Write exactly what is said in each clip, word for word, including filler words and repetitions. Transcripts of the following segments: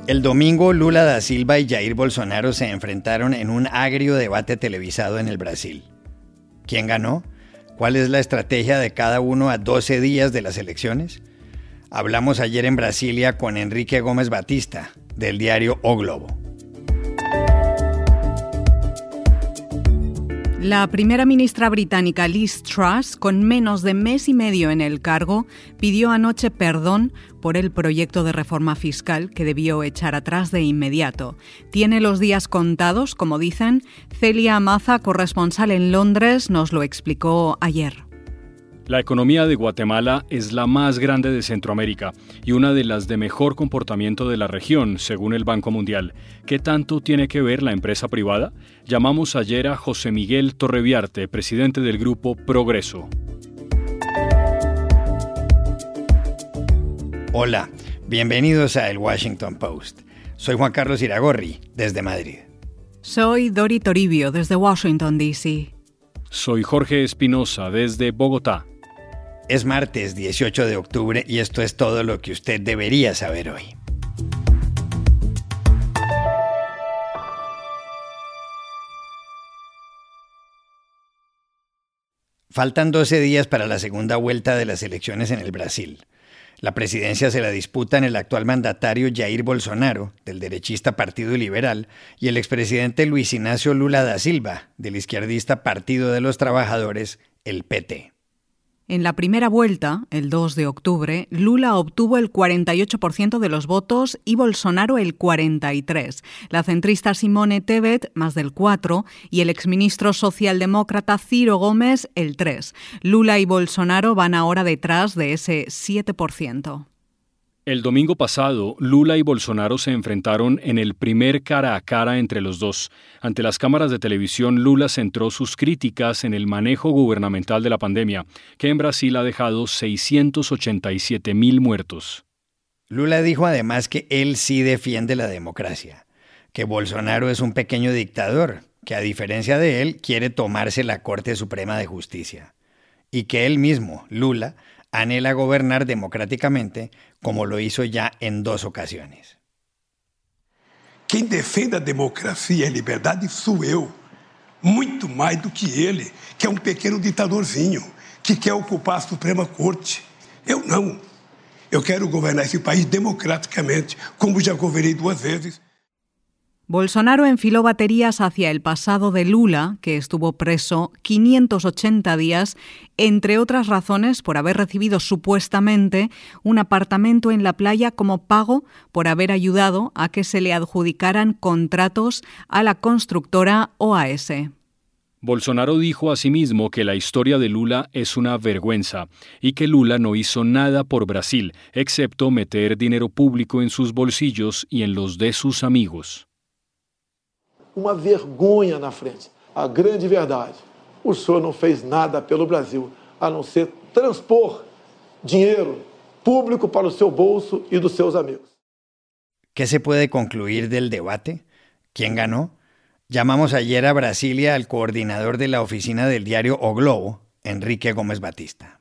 El domingo, Lula da Silva y Jair Bolsonaro se enfrentaron en un agrio debate televisado en el Brasil. ¿Quién ganó? ¿Cuál es la estrategia de cada uno a doce días de las elecciones? Hablamos ayer en Brasilia con Enrique Gómez Batista, del diario O Globo. La primera ministra británica Liz Truss, con menos de mes y medio en el cargo, pidió anoche perdón por el proyecto de reforma fiscal que debió echar atrás de inmediato. Tiene los días contados, como dicen. Celia Maza, corresponsal en Londres, nos lo explicó ayer. La economía de Guatemala es la más grande de Centroamérica y una de las de mejor comportamiento de la región, según el Banco Mundial. ¿Qué tanto tiene que ver la empresa privada? Llamamos ayer a José Miguel Torreviarte, presidente del grupo Progreso. Hola, bienvenidos a El Washington Post. Soy Juan Carlos Iragorri, desde Madrid. Soy Dori Toribio, desde Washington, D C. Soy Jorge Espinosa, desde Bogotá. Es martes dieciocho de octubre y esto es todo lo que usted debería saber hoy. Faltan doce días para la segunda vuelta de las elecciones en el Brasil. La presidencia se la disputan el actual mandatario Jair Bolsonaro, del derechista Partido Liberal, y el expresidente Luis Ignacio Lula da Silva, del izquierdista Partido de los Trabajadores, el P T. En la primera vuelta, el dos de octubre, Lula obtuvo el cuarenta y ocho por ciento de los votos y Bolsonaro el cuarenta y tres por ciento. La centrista Simone Tebet, más del cuatro por ciento, y el exministro socialdemócrata Ciro Gomes, el tres por ciento. Lula y Bolsonaro van ahora detrás de ese siete por ciento. El domingo pasado, Lula y Bolsonaro se enfrentaron en el primer cara a cara entre los dos. Ante las cámaras de televisión, Lula centró sus críticas en el manejo gubernamental de la pandemia, que en Brasil ha dejado seiscientos ochenta y siete mil muertos. Lula dijo además que él sí defiende la democracia, que Bolsonaro es un pequeño dictador, que a diferencia de él quiere tomarse la Corte Suprema de Justicia, y que él mismo, Lula, anhela gobernar democráticamente, como lo hizo ya en dos ocasiones. Quem defende a democracia e a liberdade sou eu, muito mais do que ele, que é um pequeno ditadorzinho, que quer ocupar a Suprema Corte. Eu não. Eu quero governar esse país democraticamente, como já governei duas vezes. Bolsonaro enfiló baterías hacia el pasado de Lula, que estuvo preso quinientos ochenta días, entre otras razones por haber recibido supuestamente un apartamento en la playa como pago por haber ayudado a que se le adjudicaran contratos a la constructora O A S. Bolsonaro dijo asimismo que la historia de Lula es una vergüenza y que Lula no hizo nada por Brasil, excepto meter dinero público en sus bolsillos y en los de sus amigos. Uma vergonha na frente. A grande verdade. O senhor não fez nada pelo Brasil, a não ser transpor dinheiro público para o seu bolso e dos seus amigos. ¿Qué se puede concluir del debate? ¿Quién ganó? Llamamos ayer a Brasilia al coordinador de la oficina del diario O Globo, Enrique Gómez Batista.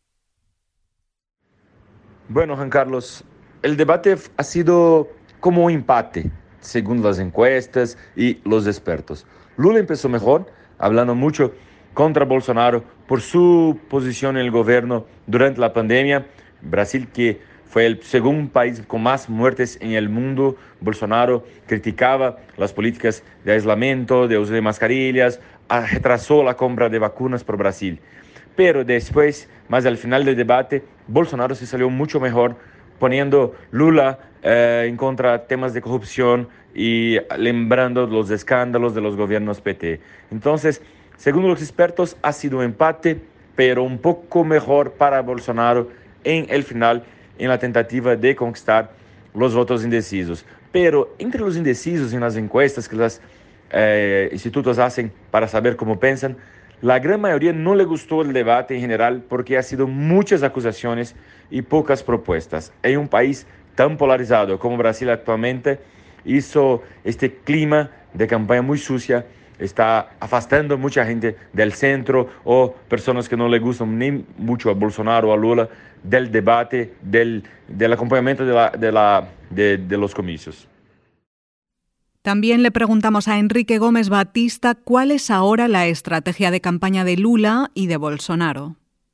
Bueno, Juan Carlos, el debate ha sido como un empate, según las encuestas y los expertos. Lula empezó mejor, hablando mucho contra Bolsonaro por su posición en el gobierno durante la pandemia. Brasil, que fue el segundo país con más muertes en el mundo, Bolsonaro criticaba las políticas de aislamiento, de uso de mascarillas, retrasó la compra de vacunas por Brasil. Pero después, más al final del debate, Bolsonaro se salió mucho mejor, poniendo Lula eh, en contra de temas de corrupción y lembrando los escándalos de los gobiernos P T. Entonces, según los expertos, ha sido un empate, pero un poco mejor para Bolsonaro en el final, en la tentativa de conquistar los votos indecisos. Pero entre los indecisos en las encuestas que los eh, institutos hacen para saber cómo piensan, la gran mayoría no le gustó el debate en general porque ha sido muchas acusaciones y pocas propuestas. En un país tan polarizado como Brasil actualmente, hizo este clima de campaña muy sucia, está afastando mucha gente del centro o personas que no le gustan ni mucho a Bolsonaro o a Lula del debate, del, del acompañamiento de la, de la de, de los comicios. También le preguntamos a Enrique Gómez Batista cuál es ahora la estrategia de campaña de Lula y de Bolsonaro.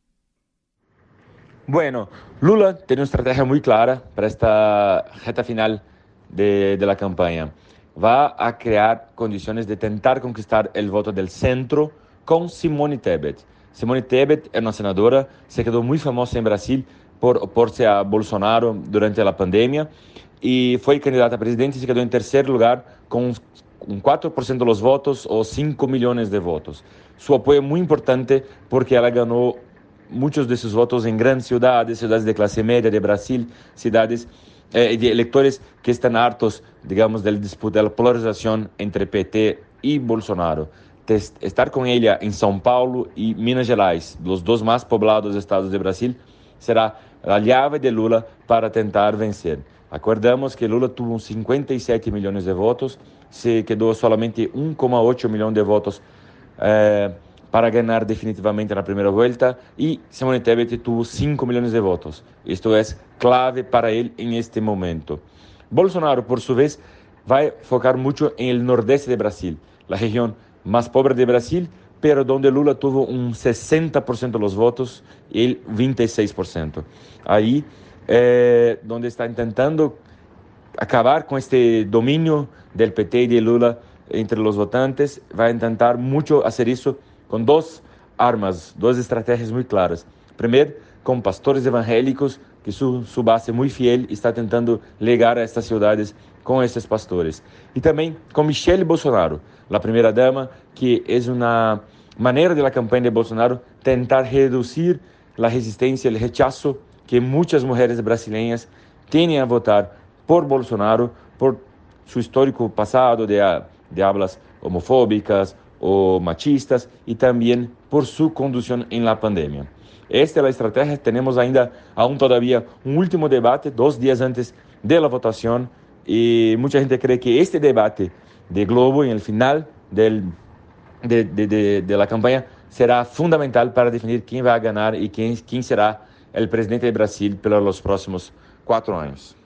Bueno, Lula tiene una estrategia muy clara para esta recta final de, de la campaña. Va a crear condiciones de intentar conquistar el voto del centro con Simone Tebet. Simone Tebet es una senadora, se quedó muy famosa en Brasil por oporse a Bolsonaro durante la pandemia y fue candidata a presidente y se quedó en tercer lugar con un cuatro por ciento de los votos o cinco millones de votos. Su apoyo es muy importante porque ella ganó muchos de sus votos en grandes ciudades, ciudades de clase media de Brasil, ciudades eh, de electores que están hartos, digamos, del disputa, de la polarización entre P T y Bolsonaro. Estar con ella en São Paulo y Minas Gerais, los dos más poblados estados de Brasil, será la llave de Lula para tentar vencer. Acordamos que Lula tuvo cincuenta y siete millones de votos, se quedó solamente uno coma ocho millones de votos eh, para ganar definitivamente en la primera vuelta y Simone Tebet tuvo cinco millones de votos. Esto es clave para él en este momento. Bolsonaro, por su vez, va a enfocar mucho en el nordeste de Brasil, la región más pobre de Brasil, pero donde Lula tuvo un sesenta por ciento de los votos y él veintiséis por ciento. Ahí, eh, donde está intentando acabar con este dominio del P T y de Lula entre los votantes, va a intentar mucho hacer eso con dos armas, dos estrategias muy claras. Primero, con pastores evangélicos, que su, su base muy fiel está tentando llegar a estas ciudades con estos pastores. Y también con Michelle Bolsonaro, la primera dama, que es una manera de la campaña de Bolsonaro tentar reducir la resistencia, el rechazo que muchas mujeres brasileñas tienen a votar por Bolsonaro, por su histórico pasado de, de hablas homofóbicas o machistas y también por su conducción en la pandemia. Esta es la estrategia. Tenemos ainda, aún todavía, un último debate, dos días antes de la votación, y mucha gente cree que este debate de Globo en el final del, de, de, de, de la campaña será fundamental para definir quién va a ganar y quién, quién será el presidente de Brasil por los próximos cuatro años.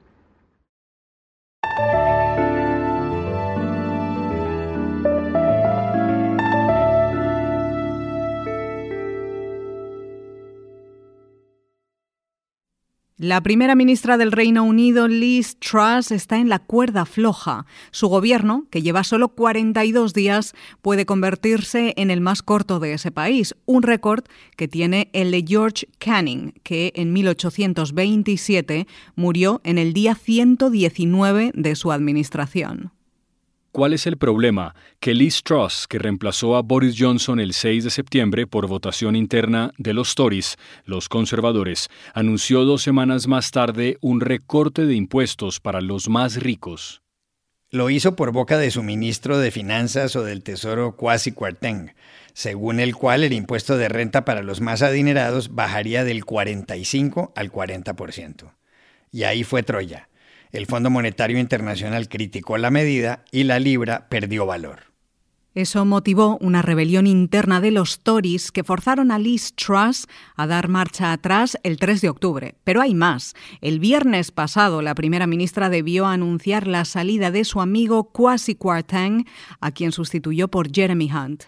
La primera ministra del Reino Unido, Liz Truss, está en la cuerda floja. Su gobierno, que lleva solo cuarenta y dos días, puede convertirse en el más corto de ese país, un récord que tiene el de George Canning, que en mil ochocientos veintisiete murió en el día ciento diecinueve de su administración. ¿Cuál es el problema? Que Liz Truss, que reemplazó a Boris Johnson el seis de septiembre por votación interna de los Tories, los conservadores, anunció dos semanas más tarde un recorte de impuestos para los más ricos. Lo hizo por boca de su ministro de Finanzas o del Tesoro, Kwasi Kwarteng, según el cual el impuesto de renta para los más adinerados bajaría del cuarenta y cinco al cuarenta por ciento. Y ahí fue Troya. El Fondo Monetario Internacional criticó la medida y la libra perdió valor. Eso motivó una rebelión interna de los Tories que forzaron a Liz Truss a dar marcha atrás el tres de octubre. Pero hay más. El viernes pasado, la primera ministra debió anunciar la salida de su amigo Kwasi Kwarteng, a quien sustituyó por Jeremy Hunt.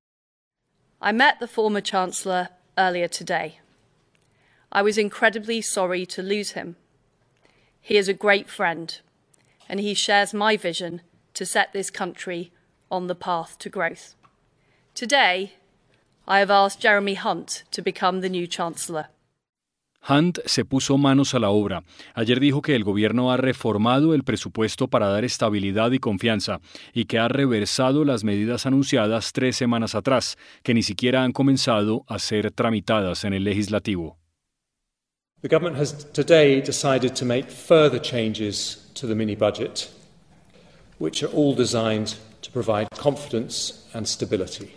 I met the former Chancellor earlier today. I was incredibly sorry to lose him. He is a great friend, and he shares my vision to set this country on the path to growth. Today, I have asked Jeremy Hunt to become the new Chancellor. Hunt se puso manos a la obra. Ayer dijo que el gobierno ha reformado el presupuesto para dar estabilidad y confianza y que ha reversado las medidas anunciadas tres semanas atrás, que ni siquiera han comenzado a ser tramitadas en el legislativo. The government has today decided to make further changes to the mini-budget, which are all designed to provide confidence and stability.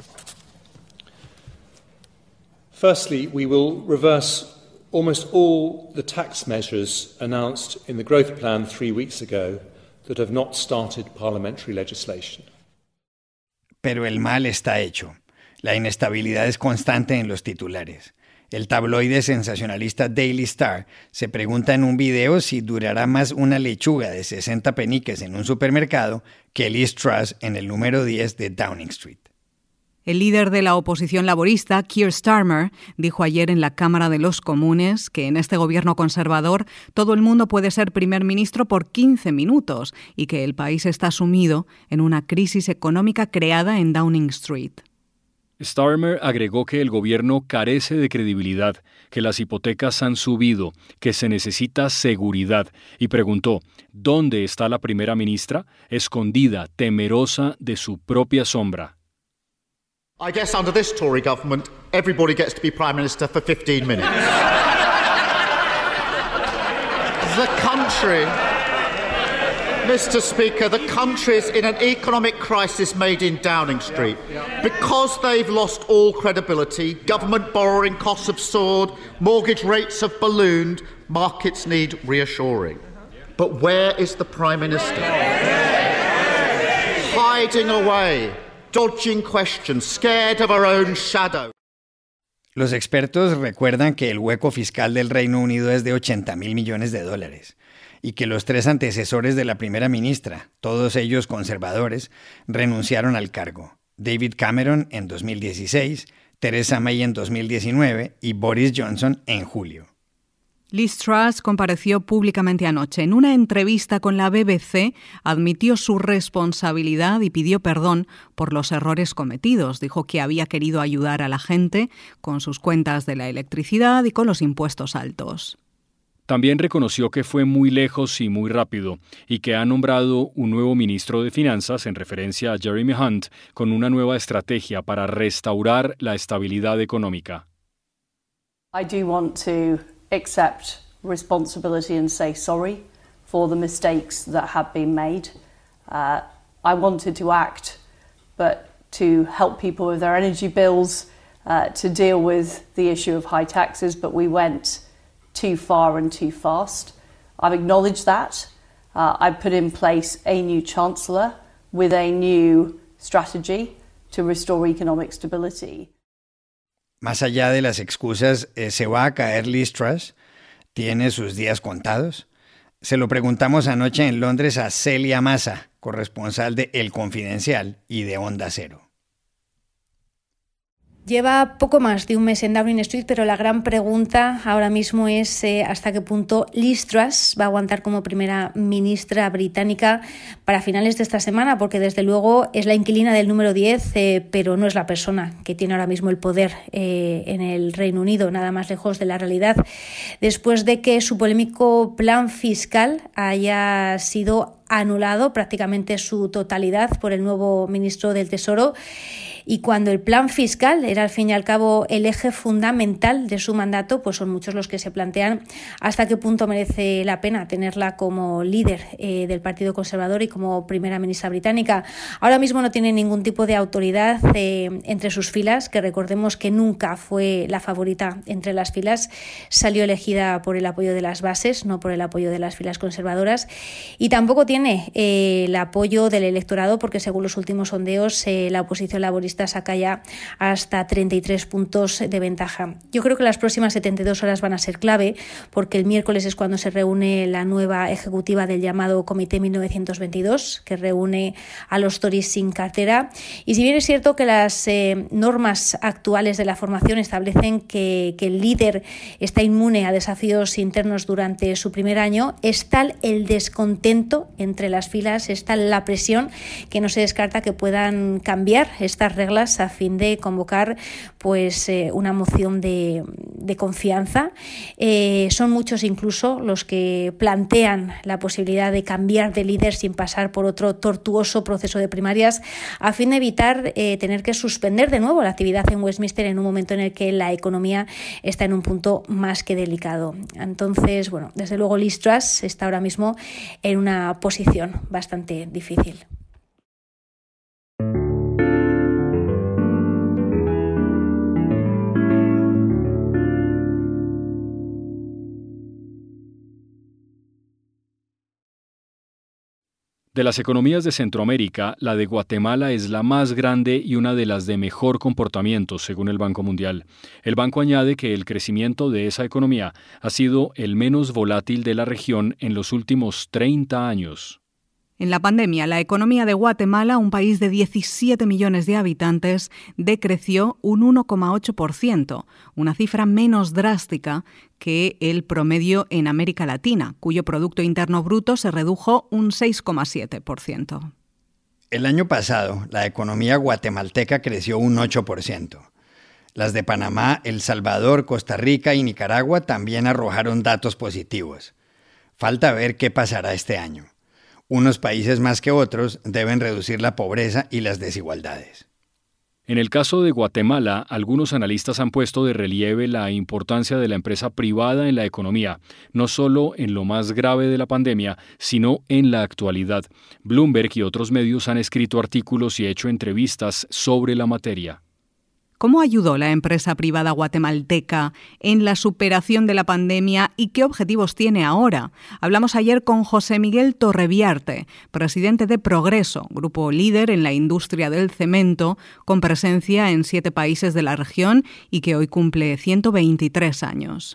Firstly, we will reverse almost all the tax measures announced in the growth plan three weeks ago that have not started parliamentary legislation. Pero el mal está hecho. La inestabilidad es constante en los titulares. El tabloide sensacionalista Daily Star se pregunta en un video si durará más una lechuga de sesenta peniques en un supermercado que Liz Truss en el número diez de Downing Street. El líder de la oposición laborista, Keir Starmer, dijo ayer en la Cámara de los Comunes que en este gobierno conservador todo el mundo puede ser primer ministro por quince minutos y que el país está sumido en una crisis económica creada en Downing Street. Starmer agregó que el gobierno carece de credibilidad, que las hipotecas han subido, que se necesita seguridad y preguntó, ¿dónde está la primera ministra? Escondida, temerosa de su propia sombra. I guess under this Tory government, everybody gets to be Prime Minister for fifteen minutes. The country, Mister Speaker, the country is in an economic crisis made in Downing Street. Because they've lost all credibility, government borrowing costs have soared, mortgage rates have ballooned, markets need reassuring. But where is the Prime Minister? Hiding away. Dodging questions, scared of our own shadow. Los expertos recuerdan que el hueco fiscal del Reino Unido es de ochenta mil millones de dólares y que los tres antecesores de la primera ministra, todos ellos conservadores, renunciaron al cargo. David Cameron en dos mil dieciséis, Theresa May en dos mil diecinueve y Boris Johnson en julio. Liz Truss compareció públicamente anoche. En una entrevista con la B B C, admitió su responsabilidad y pidió perdón por los errores cometidos. Dijo que había querido ayudar a la gente con sus cuentas de la electricidad y con los impuestos altos. También reconoció que fue muy lejos y muy rápido y que ha nombrado un nuevo ministro de Finanzas, en referencia a Jeremy Hunt, con una nueva estrategia para restaurar la estabilidad económica. I do want to accept responsibility and say sorry for the mistakes that have been made. Uh, I wanted to act, but to help people with their energy bills, uh, to deal with the issue of high taxes, but we went too far and too fast. I've acknowledged that. Uh, I've put in place a new Chancellor with a new strategy to restore economic stability. Más allá de las excusas, eh, ¿se va a caer Liz Truss? ¿Tiene sus días contados? Se lo preguntamos anoche en Londres a Celia Massa, corresponsal de El Confidencial y de Onda Cero. Lleva poco más de un mes en Downing Street, pero la gran pregunta ahora mismo es eh, hasta qué punto Liz Truss va a aguantar como primera ministra británica para finales de esta semana, porque desde luego es la inquilina del número diez, eh, pero no es la persona que tiene ahora mismo el poder eh, en el Reino Unido, nada más lejos de la realidad. Después de que su polémico plan fiscal haya sido anulado prácticamente su totalidad por el nuevo ministro del Tesoro, y cuando el plan fiscal era al fin y al cabo el eje fundamental de su mandato, pues son muchos los que se plantean hasta qué punto merece la pena tenerla como líder eh, del Partido Conservador y como primera ministra británica. Ahora mismo no tiene ningún tipo de autoridad eh, entre sus filas, que recordemos que nunca fue la favorita entre las filas, salió elegida por el apoyo de las bases, no por el apoyo de las filas conservadoras, y tampoco tiene eh, el apoyo del electorado, porque según los últimos sondeos eh, la oposición laborista saca ya hasta treinta y tres puntos de ventaja. Yo creo que las próximas setenta y dos horas van a ser clave, porque el miércoles es cuando se reúne la nueva ejecutiva del llamado Comité mil novecientos veintidós, que reúne a los Tories sin cartera. Y si bien es cierto que las eh, normas actuales de la formación establecen que, que el líder está inmune a desafíos internos durante su primer año, es tal el descontento entre las filas, es tal la presión, que no se descarta que puedan cambiar estas reglas a fin de convocar pues eh, una moción de, de confianza. Eh, son muchos incluso los que plantean la posibilidad de cambiar de líder sin pasar por otro tortuoso proceso de primarias, a fin de evitar eh, tener que suspender de nuevo la actividad en Westminster en un momento en el que la economía está en un punto más que delicado. Entonces, bueno, desde luego Liz Truss está ahora mismo en una posición bastante difícil. De las economías de Centroamérica, la de Guatemala es la más grande y una de las de mejor comportamiento, según el Banco Mundial. El banco añade que el crecimiento de esa economía ha sido el menos volátil de la región en los últimos treinta años. En la pandemia, la economía de Guatemala, un país de diecisiete millones de habitantes, decreció un uno coma ocho por ciento, una cifra menos drástica que el promedio en América Latina, cuyo Producto Interno Bruto se redujo un seis coma siete por ciento. El año pasado, la economía guatemalteca creció un ocho por ciento. Las de Panamá, El Salvador, Costa Rica y Nicaragua también arrojaron datos positivos. Falta ver qué pasará este año. Unos países más que otros deben reducir la pobreza y las desigualdades. En el caso de Guatemala, algunos analistas han puesto de relieve la importancia de la empresa privada en la economía, no solo en lo más grave de la pandemia, sino en la actualidad. Bloomberg y otros medios han escrito artículos y hecho entrevistas sobre la materia. ¿Cómo ayudó la empresa privada guatemalteca en la superación de la pandemia y qué objetivos tiene ahora? Hablamos ayer con José Miguel Torreviarte, presidente de Progreso, grupo líder en la industria del cemento, con presencia en siete países de la región y que hoy cumple ciento veintitrés años.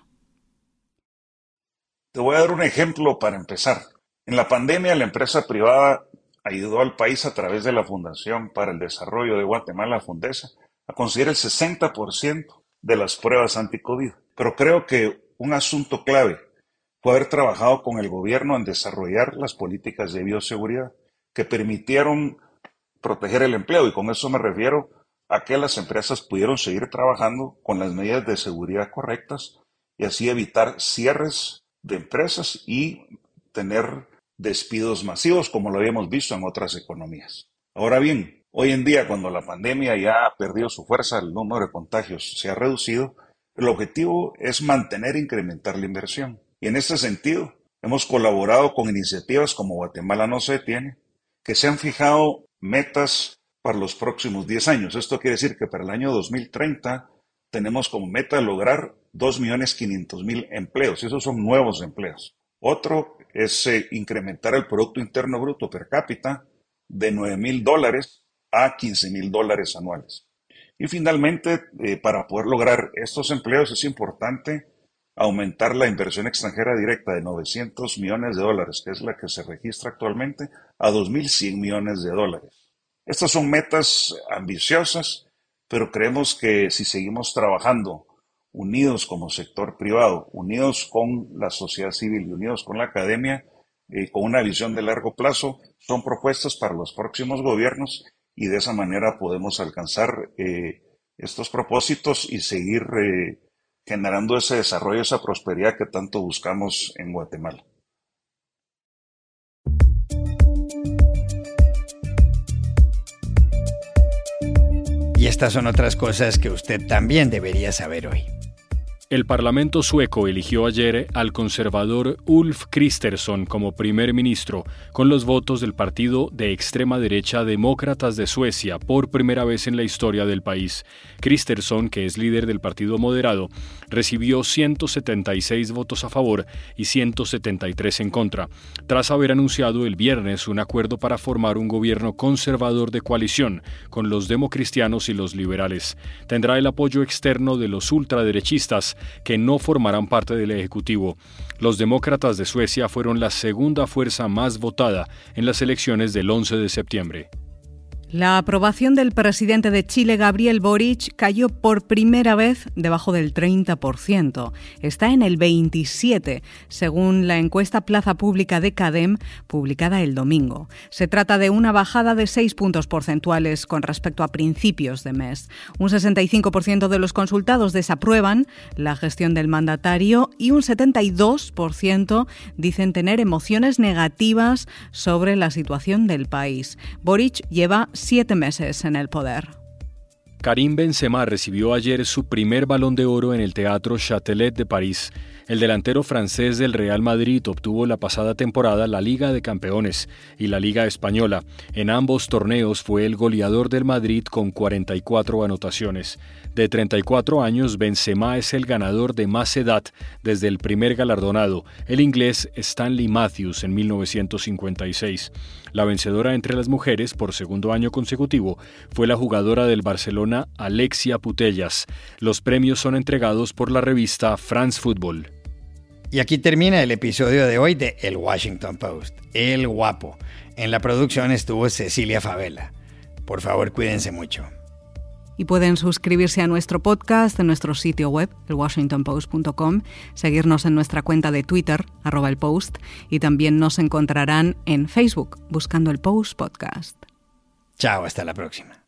Te voy a dar un ejemplo para empezar. En la pandemia, la empresa privada ayudó al país a través de la Fundación para el Desarrollo de Guatemala, Fundesa, a conseguir el sesenta por ciento de las pruebas anti-COVID. Pero creo que un asunto clave fue haber trabajado con el gobierno en desarrollar las políticas de bioseguridad que permitieron proteger el empleo, y con eso me refiero a que las empresas pudieron seguir trabajando con las medidas de seguridad correctas y así evitar cierres de empresas y tener despidos masivos como lo habíamos visto en otras economías. Ahora bien, hoy en día, cuando la pandemia ya ha perdido su fuerza, el número de contagios se ha reducido, el objetivo es mantener e incrementar la inversión. Y en este sentido, hemos colaborado con iniciativas como Guatemala no se detiene, que se han fijado metas para los próximos diez años. Esto quiere decir que para el año dos mil treinta tenemos como meta lograr dos millones quinientos mil empleos. Esos son nuevos empleos. Otro es eh, incrementar el Producto Interno Bruto per cápita de nueve mil dólares a quince mil dólares anuales. Y finalmente, eh, para poder lograr estos empleos es importante aumentar la inversión extranjera directa de novecientos millones de dólares, que es la que se registra actualmente, a dos mil cien millones de dólares. Estas son metas ambiciosas, pero creemos que si seguimos trabajando unidos como sector privado, unidos con la sociedad civil y unidos con la academia, eh, con una visión de largo plazo, son propuestas para los próximos gobiernos y de esa manera podemos alcanzar eh, estos propósitos y seguir eh, generando ese desarrollo, esa prosperidad que tanto buscamos en Guatemala. Y estas son otras cosas que usted también debería saber hoy. El Parlamento sueco eligió ayer al conservador Ulf Kristersson como primer ministro, con los votos del partido de extrema derecha Demócratas de Suecia por primera vez en la historia del país. Kristersson, que es líder del Partido Moderado, recibió ciento setenta y seis votos a favor y ciento setenta y tres en contra, tras haber anunciado el viernes un acuerdo para formar un gobierno conservador de coalición con los democristianos y los liberales. Tendrá el apoyo externo de los ultraderechistas, que no formarán parte del Ejecutivo. Los demócratas de Suecia fueron la segunda fuerza más votada en las elecciones del once de septiembre. La aprobación del presidente de Chile, Gabriel Boric, cayó por primera vez debajo del treinta por ciento. Está en el veintisiete por ciento, según la encuesta Plaza Pública de CADEM, publicada el domingo. Se trata de una bajada de seis puntos porcentuales con respecto a principios de mes. Un sesenta y cinco por ciento de los consultados desaprueban la gestión del mandatario y un setenta y dos por ciento dicen tener emociones negativas sobre la situación del país. Boric lleva siete meses en el poder. Karim Benzema recibió ayer su primer Balón de Oro en el Teatro Châtelet de París. El delantero francés del Real Madrid obtuvo la pasada temporada la Liga de Campeones y la Liga Española. En ambos torneos fue el goleador del Madrid con cuarenta y cuatro anotaciones. De treinta y cuatro años, Benzema es el ganador de más edad desde el primer galardonado, el inglés Stanley Matthews en mil novecientos cincuenta y seis. La vencedora entre las mujeres por segundo año consecutivo fue la jugadora del Barcelona Alexia Putellas. Los premios son entregados por la revista France Football. Y aquí termina el episodio de hoy de El Washington Post, El Guapo. En la producción estuvo Cecilia Favela. Por favor, cuídense mucho. Y pueden suscribirse a nuestro podcast en nuestro sitio web, el washington post punto com, seguirnos en nuestra cuenta de Twitter, arroba el Post, y también nos encontrarán en Facebook, buscando el Post Podcast. Chao, hasta la próxima.